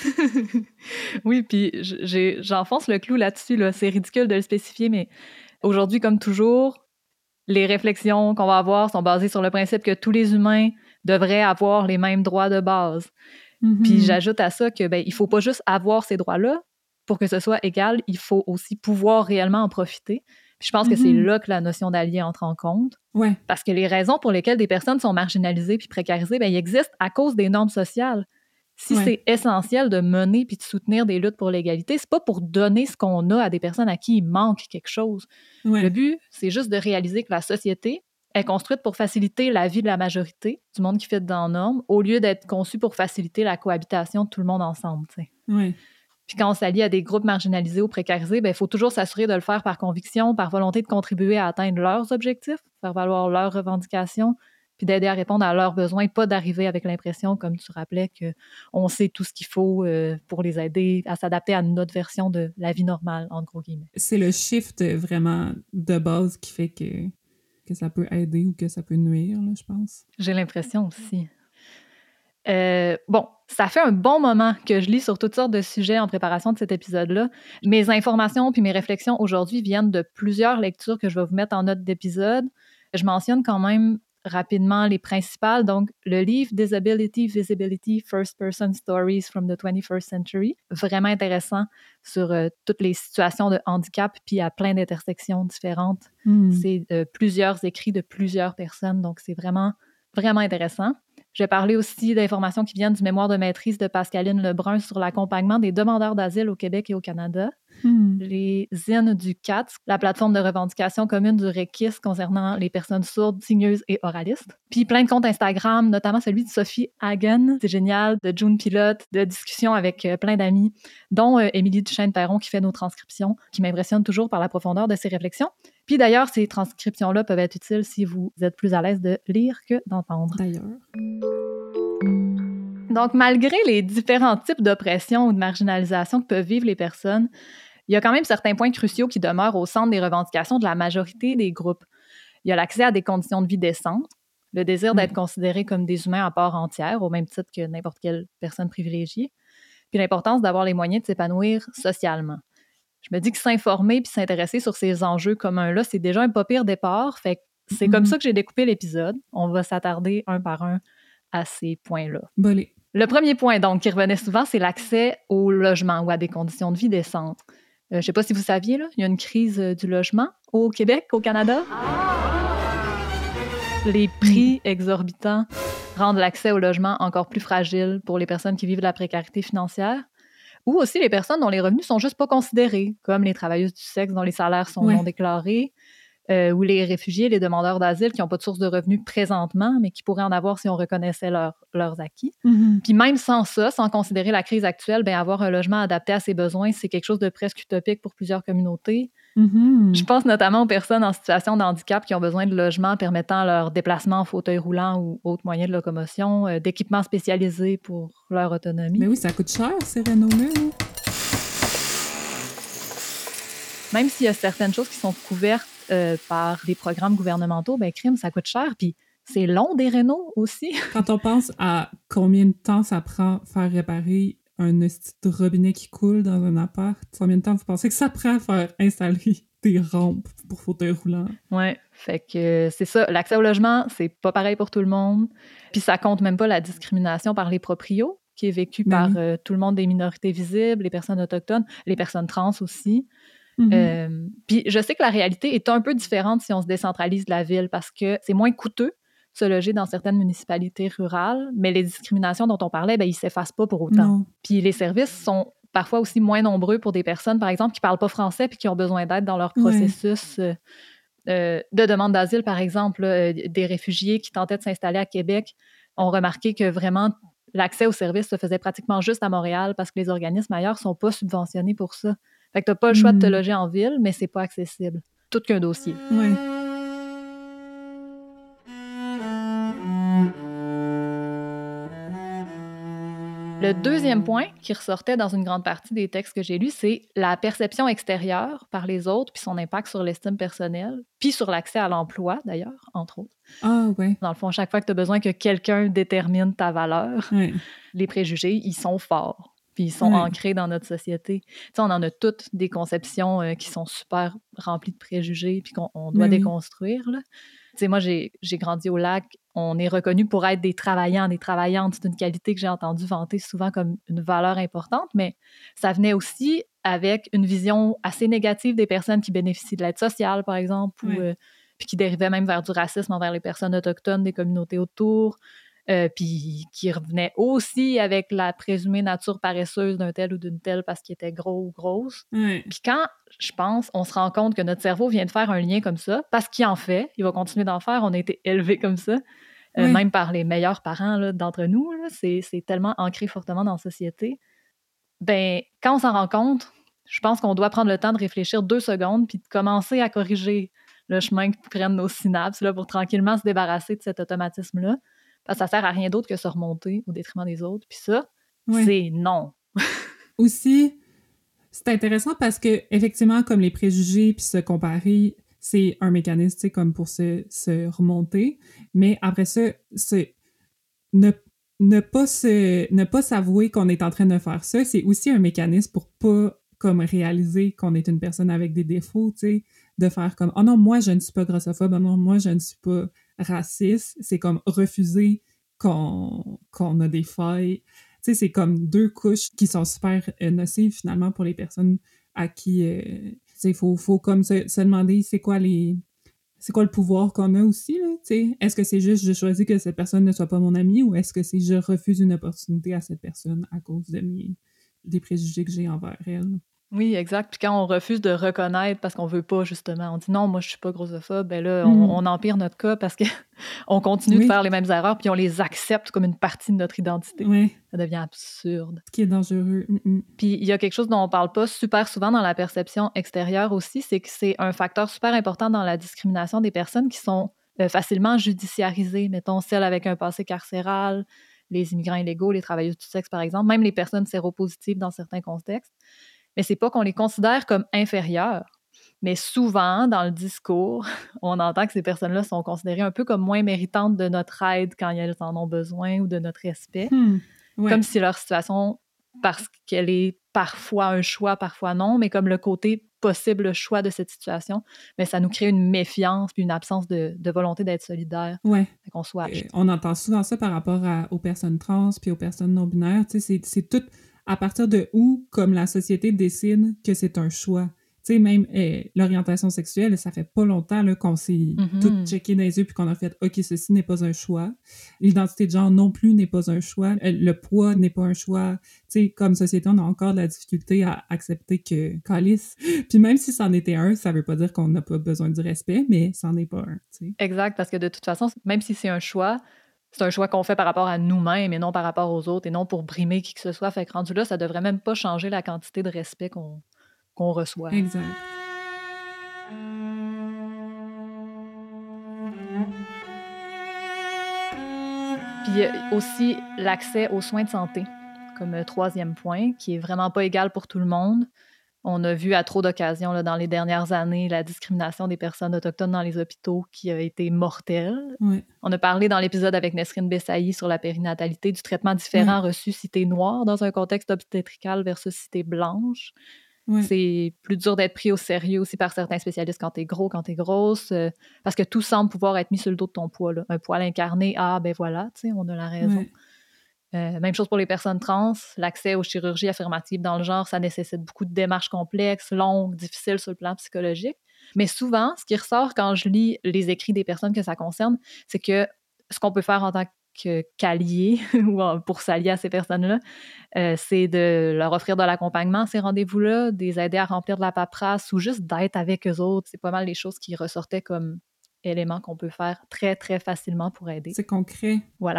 Oui, puis j'enfonce le clou là-dessus. Là. C'est ridicule de le spécifier, mais aujourd'hui, comme toujours, les réflexions qu'on va avoir sont basées sur le principe que tous les humains devraient avoir les mêmes droits de base. Puis j'ajoute à ça que il faut pas juste avoir ces droits-là pour que ce soit égal, il faut aussi pouvoir réellement en profiter. Puis je pense que c'est là que la notion d'allié entre en compte. Ouais. Parce que les raisons pour lesquelles des personnes sont marginalisées puis précarisées, ils existent à cause des normes sociales. Si c'est essentiel de mener puis de soutenir des luttes pour l'égalité, c'est pas pour donner ce qu'on a à des personnes à qui il manque quelque chose. Le but, c'est juste de réaliser que la société est construite pour faciliter la vie de la majorité, du monde qui fit dans les normes, au lieu d'être conçue pour faciliter la cohabitation de tout le monde ensemble. T'sais. Puis quand on s'allie à des groupes marginalisés ou précarisés, il faut toujours s'assurer de le faire par conviction, par volonté de contribuer à atteindre leurs objectifs, faire valoir leurs revendications, puis d'aider à répondre à leurs besoins, pas d'arriver avec l'impression, comme tu rappelais, qu'on sait tout ce qu'il faut pour les aider à s'adapter à notre version de la vie normale, en gros guillemets. C'est le shift vraiment de base qui fait que ça peut aider ou que ça peut nuire, là, je pense. J'ai l'impression aussi. Bon, ça fait un bon moment que je lis sur toutes sortes de sujets en préparation de cet épisode-là. Mes informations puis mes réflexions aujourd'hui viennent de plusieurs lectures que je vais vous mettre en note d'épisode. Je mentionne quand même rapidement les principales. Donc, le livre Disability, Visibility, First Person Stories from the 21st Century, vraiment intéressant sur toutes les situations de handicap puis à plein d'intersections différentes. C'est plusieurs écrits de plusieurs personnes, donc c'est vraiment, vraiment intéressant. Je vais parler aussi d'informations qui viennent du mémoire de maîtrise de Pascaline Lebrun sur l'accompagnement des demandeurs d'asile au Québec et au Canada. Les zines du CATS, la plateforme de revendication commune du REKIS concernant les personnes sourdes, signeuses et oralistes. Puis plein de comptes Instagram, notamment celui de Sophie Hagen, c'est génial, de June Pilote, de discussions avec plein d'amis, dont Émilie Duchesne-Perron qui fait nos transcriptions, qui m'impressionne toujours par la profondeur de ses réflexions. Puis d'ailleurs, ces transcriptions-là peuvent être utiles si vous êtes plus à l'aise de lire que d'entendre. D'ailleurs. Donc, malgré les différents types d'oppression ou de marginalisation que peuvent vivre les personnes, il y a quand même certains points cruciaux qui demeurent au centre des revendications de la majorité des groupes. Il y a l'accès à des conditions de vie décentes, le désir d'être considérés comme des humains à part entière, au même titre que n'importe quelle personne privilégiée, puis l'importance d'avoir les moyens de s'épanouir socialement. Je me dis que s'informer puis s'intéresser sur ces enjeux communs-là, c'est déjà un pas pire départ, fait que c'est comme ça que j'ai découpé l'épisode. On va s'attarder un par un à ces points-là. Bolé. Le premier point, donc, qui revenait souvent, c'est l'accès au logement ou à des conditions de vie décentes. Je ne sais pas si vous saviez, là, il y a une crise du logement au Québec, au Canada. Les prix exorbitants rendent l'accès au logement encore plus fragile pour les personnes qui vivent de la précarité financière ou aussi les personnes dont les revenus sont juste pas considérés, comme les travailleuses du sexe dont les salaires sont non déclarés, ou les réfugiés, les demandeurs d'asile qui n'ont pas de source de revenus présentement, mais qui pourraient en avoir si on reconnaissait leurs acquis. Puis même sans ça, sans considérer la crise actuelle, ben avoir un logement adapté à ses besoins, c'est quelque chose de presque utopique pour plusieurs communautés. Je pense notamment aux personnes en situation de handicap qui ont besoin de logements permettant leur déplacement en fauteuil roulant ou autres moyens de locomotion, d'équipements spécialisés pour leur autonomie. Mais oui, ça coûte cher, ces rénaux-là. Même s'il y a certaines choses qui sont couvertes par des programmes gouvernementaux, ben crime, ça coûte cher, puis c'est long des rénaux aussi. Quand on pense à combien de temps ça prend faire réparer un petit robinet qui coule dans un appart, combien de temps vous pensez que ça prend à faire installer des rampes pour fauteuil roulant? Ouais, fait que c'est ça, l'accès au logement, c'est pas pareil pour tout le monde, puis ça compte même pas la discrimination par les proprios, qui est vécue par tout le monde des minorités visibles, les personnes autochtones, les personnes trans aussi. Puis je sais que la réalité est un peu différente si on se décentralise de la ville parce que c'est moins coûteux de se loger dans certaines municipalités rurales, mais les discriminations dont on parlait, ben, ils s'effacent pas pour autant. Puis les services sont parfois aussi moins nombreux pour des personnes, par exemple, qui parlent pas français puis qui ont besoin d'aide dans leur processus de demande d'asile, par exemple. Des réfugiés qui tentaient de s'installer à Québec ont remarqué que vraiment l'accès aux services se faisait pratiquement juste à Montréal parce que les organismes ailleurs sont pas subventionnés pour ça. Fait que t'as pas le choix de te loger en ville, mais c'est pas accessible. Tout qu'un dossier. Ouais. Le deuxième point qui ressortait dans une grande partie des textes que j'ai lus, c'est la perception extérieure par les autres, puis son impact sur l'estime personnelle, puis sur l'accès à l'emploi, d'ailleurs, entre autres. Ah, ouais. Dans le fond, chaque fois que tu as besoin que quelqu'un détermine ta valeur, les préjugés, ils sont forts. Puis ils sont ancrés dans notre société. Tu sais, on en a toutes des conceptions qui sont super remplies de préjugés puis qu'on doit déconstruire, là. Tu sais, moi, j'ai grandi au Lac. On est reconnu pour être des travaillants, des travaillantes. C'est une qualité que j'ai entendue vanter souvent comme une valeur importante, mais ça venait aussi avec une vision assez négative des personnes qui bénéficient de l'aide sociale, par exemple, ou puis qui dérivait même vers du racisme envers les personnes autochtones des communautés autour. Puis qui revenait aussi avec la présumée nature paresseuse d'un tel ou d'une telle parce qu'il était gros ou grosse. Puis quand, je pense, on se rend compte que notre cerveau vient de faire un lien comme ça, parce qu'il en fait, il va continuer d'en faire, on a été élevés comme ça, même par les meilleurs parents là, d'entre nous, là, c'est tellement ancré fortement dans la société. Ben, quand on s'en rend compte, je pense qu'on doit prendre le temps de réfléchir 2 secondes puis de commencer à corriger le chemin que prennent nos synapses là, pour tranquillement se débarrasser de cet automatisme-là. Parce que ça sert à rien d'autre que se remonter au détriment des autres. Puis ça, c'est non. Aussi, c'est intéressant parce que effectivement, comme les préjugés puis se comparer, c'est un mécanisme, tu sais, comme pour se remonter. Mais après ça, c'est ne ne pas s'avouer qu'on est en train de faire ça, c'est aussi un mécanisme pour pas comme réaliser qu'on est une personne avec des défauts, tu sais, de faire comme « Oh non, moi, je ne suis pas grossophobe. Oh non, moi, je ne suis pas raciste. » C'est comme refuser qu'on a des failles. Tu sais, c'est comme deux couches qui sont super nocives, finalement, pour les personnes à qui, tu sais, faut comme se demander c'est quoi le pouvoir qu'on a aussi, là, tu sais? Est-ce que c'est juste je choisis que cette personne ne soit pas mon amie ou est-ce que c'est je refuse une opportunité à cette personne à cause des préjugés que j'ai envers elle? Oui, exact. Puis quand on refuse de reconnaître parce qu'on veut pas, justement, on dit non, moi je suis pas grossophobe, ben là, on empire notre cas parce que on continue de Oui, faire les mêmes erreurs puis on les accepte comme une partie de notre identité. ouais, Ça devient absurde. ce qui est dangereux. Puis il y a quelque chose dont on parle pas super souvent dans la perception extérieure aussi, c'est que c'est un facteur super important dans la discrimination des personnes qui sont facilement judiciarisées, mettons celles avec un passé carcéral, les immigrants illégaux, les travailleuses du sexe par exemple, même les personnes séropositives dans certains contextes. Mais c'est pas qu'on les considère comme inférieures, mais souvent dans le discours, on entend que ces personnes-là sont considérées un peu comme moins méritantes de notre aide quand elles en ont besoin ou de notre respect, Ouais. comme si leur situation, parce qu'elle est parfois un choix, parfois non, mais comme le côté possible choix de cette situation, mais ça nous crée une méfiance puis une absence de volonté d'être solidaire. Ouais. Fait qu'on swatch. On entend souvent ça par rapport aux personnes trans puis aux personnes non-binaires. Tu sais, c'est tout à partir de où, comme la société décide que c'est un choix. Tu sais, même l'orientation sexuelle, ça fait pas longtemps là, qu'on s'est tout checké dans les yeux puis qu'on a fait « OK, ceci n'est pas un choix. » L'identité de genre non plus n'est pas un choix. Le poids n'est pas un choix. Tu sais, comme société, on a encore de la difficulté à accepter que calice. Puis même si c'en était un, ça veut pas dire qu'on n'a pas besoin du respect, mais c'en est pas un, tu sais. Exact, parce que de toute façon, même si c'est un choix qu'on fait par rapport à nous-mêmes et non par rapport aux autres et non pour brimer qui que ce soit. Fait que rendu là, ça devrait même pas changer la quantité de respect qu'on reçoit. Exact. Puis il y a aussi l'accès aux soins de santé comme troisième point, qui est vraiment pas égal pour tout le monde. On a vu à trop d'occasions là, dans les dernières années la discrimination des personnes autochtones dans les hôpitaux qui a été mortelle. Ouais. On a parlé dans l'épisode avec Nesrine Bessaïe sur la périnatalité du traitement différent reçu cité noire dans un contexte obstétrical versus cité blanche. Ouais. C'est plus dur d'être pris au sérieux aussi par certains spécialistes quand t'es gros, quand t'es grosse, parce que tout semble pouvoir être mis sur le dos de ton poids. Là. Un poil incarné, ah ben voilà, tu sais, on a la raison. Ouais. Même chose pour les personnes trans. L'accès aux chirurgies affirmatives dans le genre, ça nécessite beaucoup de démarches complexes, longues, difficiles sur le plan psychologique. Mais souvent, ce qui ressort quand je lis les écrits des personnes que ça concerne, c'est que ce qu'on peut faire en tant qu'allié ou pour s'allier à ces personnes-là, c'est de leur offrir de l'accompagnement à ces rendez-vous-là, de les aider à remplir de la paperasse ou juste d'être avec eux autres. C'est pas mal les choses qui ressortaient comme éléments qu'on peut faire très, très facilement pour aider. C'est concret. Voilà.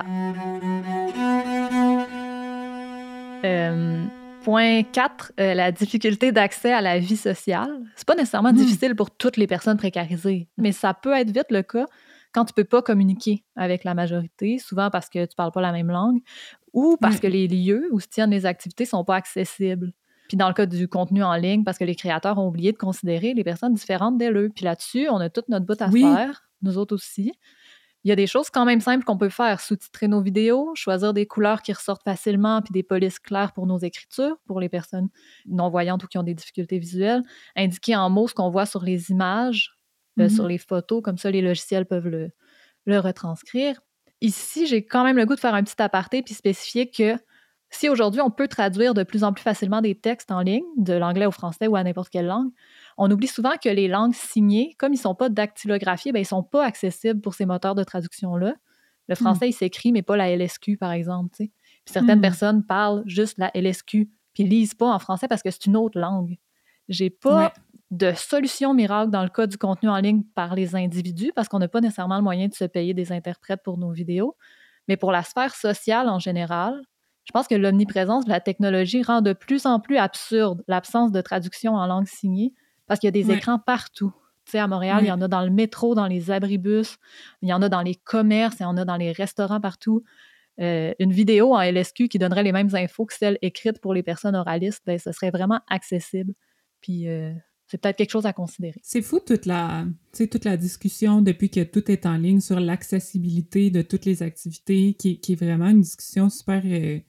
Point 4, la difficulté d'accès à la vie sociale. C'est pas nécessairement difficile pour toutes les personnes précarisées, mais ça peut être vite le cas quand tu peux pas communiquer avec la majorité, souvent parce que tu parles pas la même langue ou parce que les lieux où se tiennent les activités sont pas accessibles. Puis dans le cas du contenu en ligne, parce que les créateurs ont oublié de considérer les personnes différentes d'elles. Puis là-dessus, on a toute notre bout à faire, nous autres aussi. Il y a des choses quand même simples qu'on peut faire. Sous-titrer nos vidéos, choisir des couleurs qui ressortent facilement puis des polices claires pour nos écritures, pour les personnes non-voyantes ou qui ont des difficultés visuelles. Indiquer en mots ce qu'on voit sur les images, sur les photos. Comme ça, les logiciels peuvent le retranscrire. Ici, j'ai quand même le goût de faire un petit aparté puis spécifier que si aujourd'hui, on peut traduire de plus en plus facilement des textes en ligne, de l'anglais au français ou à n'importe quelle langue, on oublie souvent que les langues signées, comme ils ne sont pas dactylographiées, ben, ils ne sont pas accessibles pour ces moteurs de traduction-là. Le français, il s'écrit, mais pas la LSQ, par exemple. Puis certaines personnes parlent juste la LSQ, puis ne lisent pas en français parce que c'est une autre langue. J'ai pas de solution miracle dans le cas du contenu en ligne par les individus, parce qu'on n'a pas nécessairement le moyen de se payer des interprètes pour nos vidéos. Mais pour la sphère sociale en général, je pense que l'omniprésence de la technologie rend de plus en plus absurde l'absence de traduction en langue signée parce qu'il y a des écrans partout. Tu sais, à Montréal, il y en a dans le métro, dans les abribus, il y en a dans les commerces, il y en a dans les restaurants partout. Une vidéo en LSQ qui donnerait les mêmes infos que celles écrites pour les personnes oralistes, ben, ce serait vraiment accessible. Puis c'est peut-être quelque chose à considérer. C'est fou toute la discussion depuis que tout est en ligne sur l'accessibilité de toutes les activités, qui est vraiment une discussion super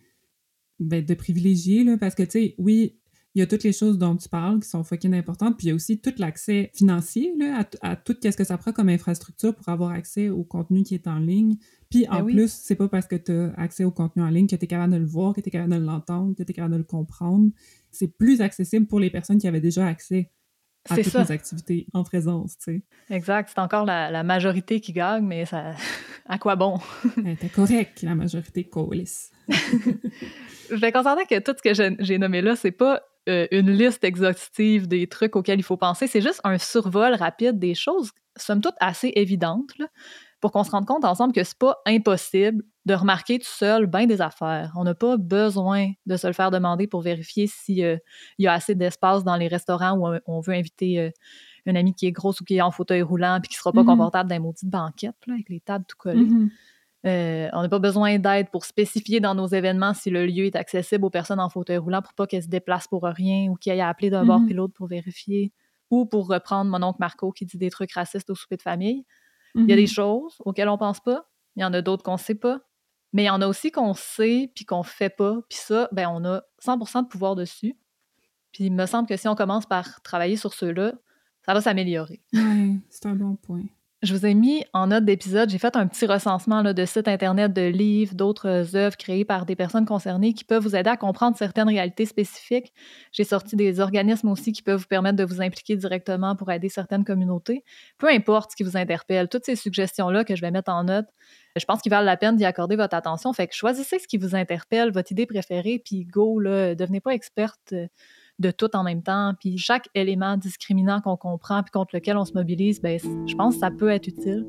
de privilégiés, là, parce que, tu sais, oui, il y a toutes les choses dont tu parles qui sont fucking importantes, puis il y a aussi tout l'accès financier là, à tout ce que ça prend comme infrastructure pour avoir accès au contenu qui est en ligne. Puis en plus, c'est pas parce que tu as accès au contenu en ligne que tu es capable de le voir, que tu es capable de l'entendre, que tu es capable de le comprendre. C'est plus accessible pour les personnes qui avaient déjà accès à toutes les activités en présence, tu sais. Exact. C'est encore la majorité qui gagne, mais ça... à quoi bon? T'es correct, la majorité coalisse. Je vais constater que tout ce que j'ai nommé là, c'est pas une liste exhaustive des trucs auxquels il faut penser, c'est juste un survol rapide des choses, somme toute assez évidentes, là, pour qu'on se rende compte ensemble que c'est pas impossible de remarquer tout seul bien des affaires. On n'a pas besoin de se le faire demander pour vérifier s'il y a assez d'espace dans les restaurants où on veut inviter une amie qui est grosse ou qui est en fauteuil roulant puis qui sera pas confortable dans les maudites banquettes, là, avec les tables tout collées. On n'a pas besoin d'aide pour spécifier dans nos événements si le lieu est accessible aux personnes en fauteuil roulant pour pas qu'elles se déplacent pour rien ou qu'il y ait à appeler d'un bord puis l'autre pour vérifier. Ou pour reprendre mon oncle Marco qui dit des trucs racistes au souper de famille. Il y a des choses auxquelles on pense pas. Il y en a d'autres qu'on sait pas. Mais il y en a aussi qu'on sait puis qu'on fait pas. Puis ça, ben on a 100% de pouvoir dessus. Puis il me semble que si on commence par travailler sur ceux-là, ça va s'améliorer. Oui, c'est un bon point. Je vous ai mis en note d'épisode, j'ai fait un petit recensement là, de sites Internet, de livres, d'autres œuvres créées par des personnes concernées qui peuvent vous aider à comprendre certaines réalités spécifiques. J'ai sorti des organismes aussi qui peuvent vous permettre de vous impliquer directement pour aider certaines communautés. Peu importe ce qui vous interpelle, toutes ces suggestions-là que je vais mettre en note, je pense qu'ils valent la peine d'y accorder votre attention. Fait que choisissez ce qui vous interpelle, votre idée préférée, puis go, là, devenez pas experte de tout en même temps, puis chaque élément discriminant qu'on comprend puis contre lequel on se mobilise, ben, je pense que ça peut être utile.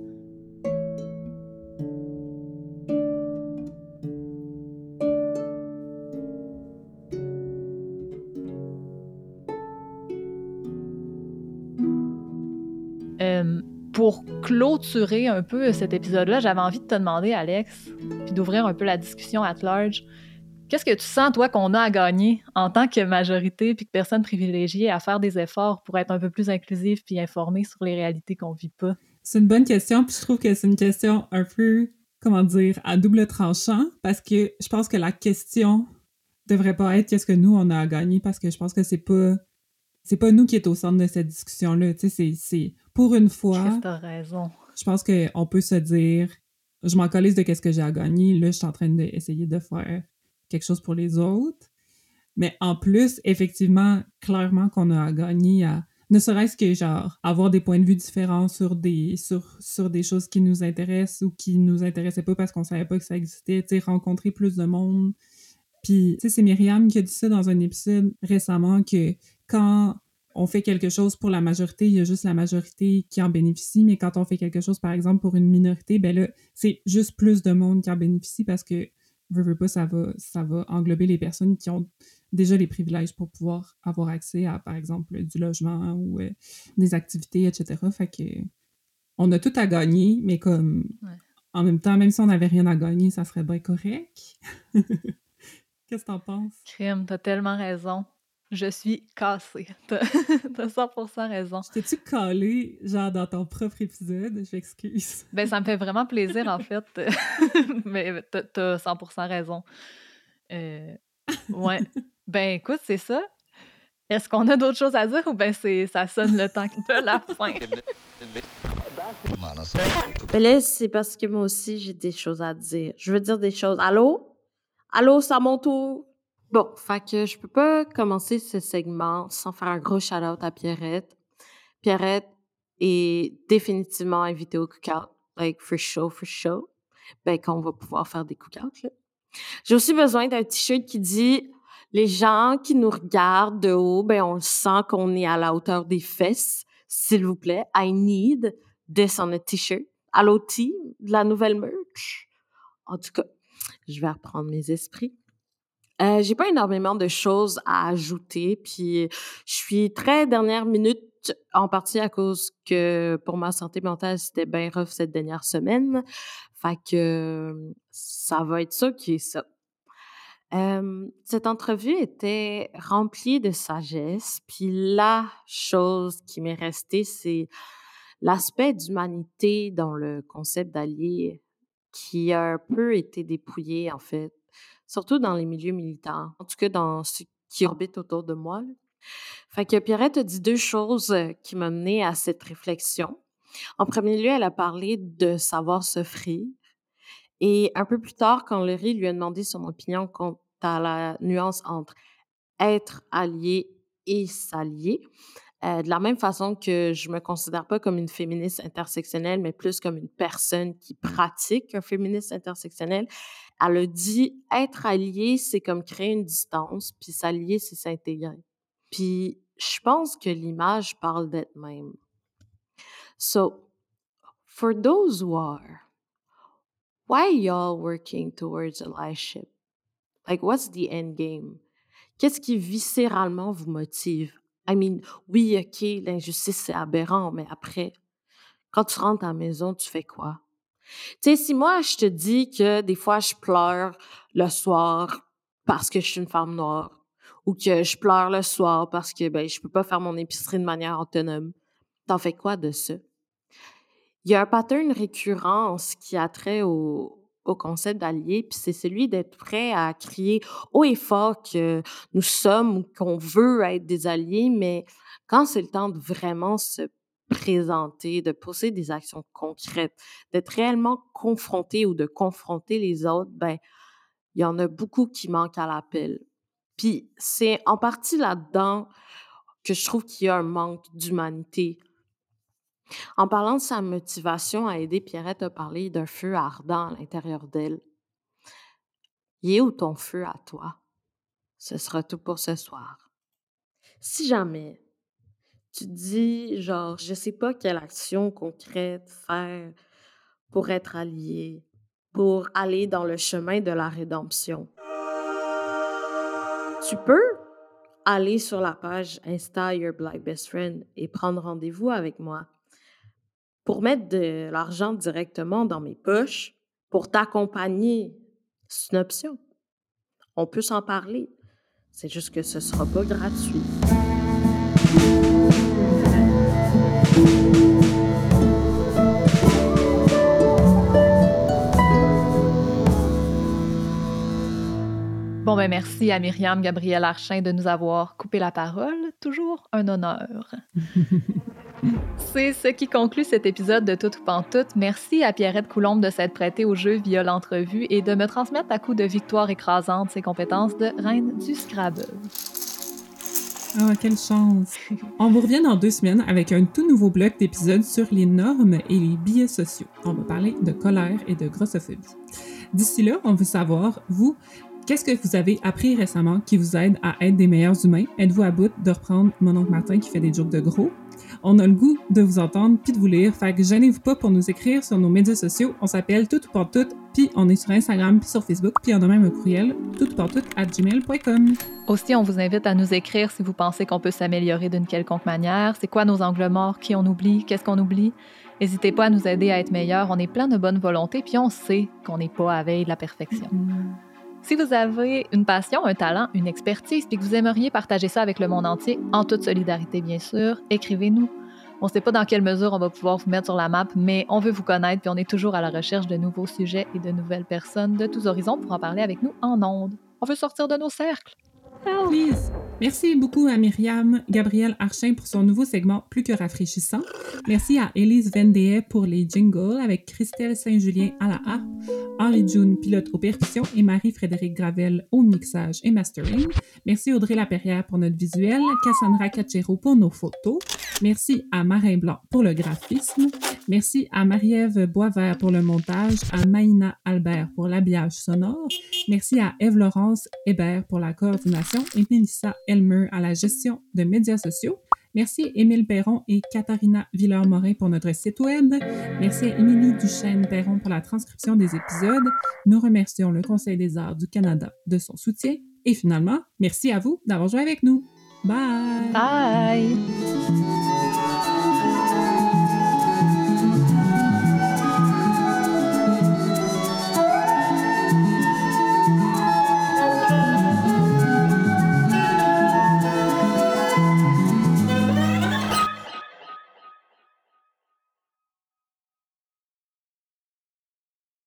Pour clôturer un peu cet épisode-là, j'avais envie de te demander, Alex, puis d'ouvrir un peu la discussion at large. Qu'est-ce que tu sens, toi, qu'on a à gagner en tant que majorité puis que personne privilégiée à faire des efforts pour être un peu plus inclusive puis informée sur les réalités qu'on vit pas? C'est une bonne question, puis je trouve que c'est une question un peu, comment dire, à double tranchant, parce que je pense que la question devrait pas être qu'est-ce que nous, on a à gagner, parce que je pense que c'est pas nous qui est au centre de cette discussion-là, tu sais, c'est pour une fois... T'as raison. Je pense qu'on peut se dire, je m'en calisse de qu'est-ce que j'ai à gagner, là, je suis en train d'essayer de faire quelque chose pour les autres. Mais en plus, effectivement, clairement qu'on a à gagner à, ne serait-ce que genre, avoir des points de vue différents sur des choses qui nous intéressent ou qui nous intéressaient pas parce qu'on savait pas que ça existait, tu sais, rencontrer plus de monde. Puis, tu sais, c'est Myriam qui a dit ça dans un épisode récemment que quand on fait quelque chose pour la majorité, il y a juste la majorité qui en bénéficie, mais quand on fait quelque chose, par exemple, pour une minorité, ben là, c'est juste plus de monde qui en bénéficie parce que, veux pas, ça va englober les personnes qui ont déjà les privilèges pour pouvoir avoir accès à, par exemple, du logement ou des activités, etc. Fait que on a tout à gagner, mais comme en même temps, même si on n'avait rien à gagner, ça serait bien correct. Qu'est-ce que t'en penses? Crime, t'as tellement raison. Je suis cassée. T'as 100% raison. Je t'ai-tu collé, genre, dans ton propre épisode? Je m'excuse. Ben, ça me fait vraiment plaisir, en fait. Mais t'as 100% raison. Ouais. Ben, écoute, c'est ça. Est-ce qu'on a d'autres choses à dire ou ben ça sonne le temps de la fin? Ben là, c'est parce que moi aussi, j'ai des choses à dire. Je veux dire des choses. Allô? Allô, c'est à mon tour? Bon, fait que je peux pas commencer ce segment sans faire un gros shout-out à Pierrette. Pierrette est définitivement invitée au cookout. Like, for sure. Ben, qu'on va pouvoir faire des cookouts, là. J'ai aussi besoin d'un t-shirt qui dit « Les gens qui nous regardent de haut, ben, on le sent qu'on est à la hauteur des fesses. S'il vous plaît, I need this on a t-shirt. Allô, team, de la nouvelle merch. » En tout cas, je vais reprendre mes esprits. J'ai pas énormément de choses à ajouter, puis je suis très dernière minute, en partie à cause que pour ma santé mentale, c'était bien rough cette dernière semaine. Fait que ça va être ça qui est ça. Cette entrevue était remplie de sagesse, puis la chose qui m'est restée, c'est l'aspect d'humanité dans le concept d'allié qui a un peu été dépouillé, en fait, surtout dans les milieux militants, en tout cas dans ce qui orbite autour de moi, là. Fait que Pierrette a dit 2 choses, qui m'ont mené à cette réflexion. En premier lieu, elle a parlé de savoir s'offrir et un peu plus tard, quand Laurie lui a demandé son opinion quant à la nuance entre être allié et s'allier, de la même façon que je me considère pas comme une féministe intersectionnelle, mais plus comme une personne qui pratique un féminisme intersectionnel, elle a dit: «Être allié, c'est comme créer une distance, puis s'allier, c'est s'intégrer». Puis je pense que l'image parle d'elle-même. So, for those who are, why y'all working towards allyship? Like, what's the end game? Qu'est-ce qui viscéralement vous motive? I mean, oui, OK, l'injustice, c'est aberrant, mais après, quand tu rentres à la maison, tu fais quoi? Tu sais, si moi, je te dis que des fois, je pleure le soir parce que je suis une femme noire, ou que je pleure le soir parce que, ben, je peux pas faire mon épicerie de manière autonome, t'en fais quoi de ça? Il y a un pattern récurrent en ce qui a trait au concept d'allié, puis c'est celui d'être prêt à crier haut et fort que nous sommes ou qu'on veut être des alliés, mais quand c'est le temps de vraiment se présenter, de poser des actions concrètes, d'être réellement confronté ou de confronter les autres, ben, il y en a beaucoup qui manquent à l'appel. Puis c'est en partie là-dedans que je trouve qu'il y a un manque d'humanité. En parlant de sa motivation à aider, Pierrette a parlé d'un feu ardent à l'intérieur d'elle. Il est où ton feu à toi? Ce sera tout pour ce soir. Si jamais tu te dis, genre, je sais pas quelle action concrète faire pour être allié, pour aller dans le chemin de la rédemption, tu peux aller sur la page Insta Your Black Best Friend et prendre rendez-vous avec moi pour mettre de l'argent directement dans mes poches pour t'accompagner. C'est une option. On peut s'en parler. C'est juste que ce sera pas gratuit. Bon, ben merci à Myriam Gabrielle Archin de nous avoir coupé la parole. Toujours un honneur. C'est ce qui conclut cet épisode de Tout ou Pantoute. Merci à Pierrette Coulombe de s'être prêtée au jeu via l'entrevue et de me transmettre à coup de victoire écrasante ses compétences de reine du Scrabble. Ah, quelle chance! On vous revient dans 2 semaines avec un tout nouveau bloc d'épisodes sur les normes et les biais sociaux. On va parler de colère et de grossophobie. D'ici là, on veut savoir, vous, qu'est-ce que vous avez appris récemment qui vous aide à être des meilleurs humains? Êtes-vous à bout de reprendre mon oncle Martin qui fait des jokes de gros? On a le goût de vous entendre puis de vous lire, fait que gênez-vous pas pour nous écrire sur nos médias sociaux. On s'appelle Tout ou Pantoute, puis on est sur Instagram puis sur Facebook, puis on a même un courriel toutoutpantoute@gmail.com. Aussi, on vous invite à nous écrire si vous pensez qu'on peut s'améliorer d'une quelconque manière. C'est quoi nos angles morts? Qui on oublie? Qu'est-ce qu'on oublie? N'hésitez pas à nous aider à être meilleurs. On est plein de bonne volonté, puis on sait qu'on n'est pas à veille de la perfection. Si vous avez une passion, un talent, une expertise, puis que vous aimeriez partager ça avec le monde entier, en toute solidarité bien sûr, écrivez-nous. On ne sait pas dans quelle mesure on va pouvoir vous mettre sur la map, mais on veut vous connaître, puis on est toujours à la recherche de nouveaux sujets et de nouvelles personnes de tous horizons pour en parler avec nous en ondes. On veut sortir de nos cercles. Please. Merci beaucoup à Myriam Gabrielle Archin pour son nouveau segment plus que rafraîchissant. Merci à Élise Vendée pour les jingles avec Christelle Saint-Julien à la harpe, Henri June pilote aux percussions et Marie-Frédérique Gravel au mixage et mastering. Merci Audrey Laperrière pour notre visuel, Cassandra Cachero pour nos photos. Merci à Marin Blanc pour le graphisme. Merci à Marie-Ève Boisvert pour le montage, à Maïna Albert pour l'habillage sonore. Merci à Ève-Laurence Hébert pour la coordination et Mélissa Elmer à la gestion de médias sociaux. Merci Émile Perron et Katharina Villers-Morin pour notre site web. Merci à Émilie Duchesne-Perron pour la transcription des épisodes. Nous remercions le Conseil des arts du Canada de son soutien. Et finalement, merci à vous d'avoir joué avec nous. Bye! Bye!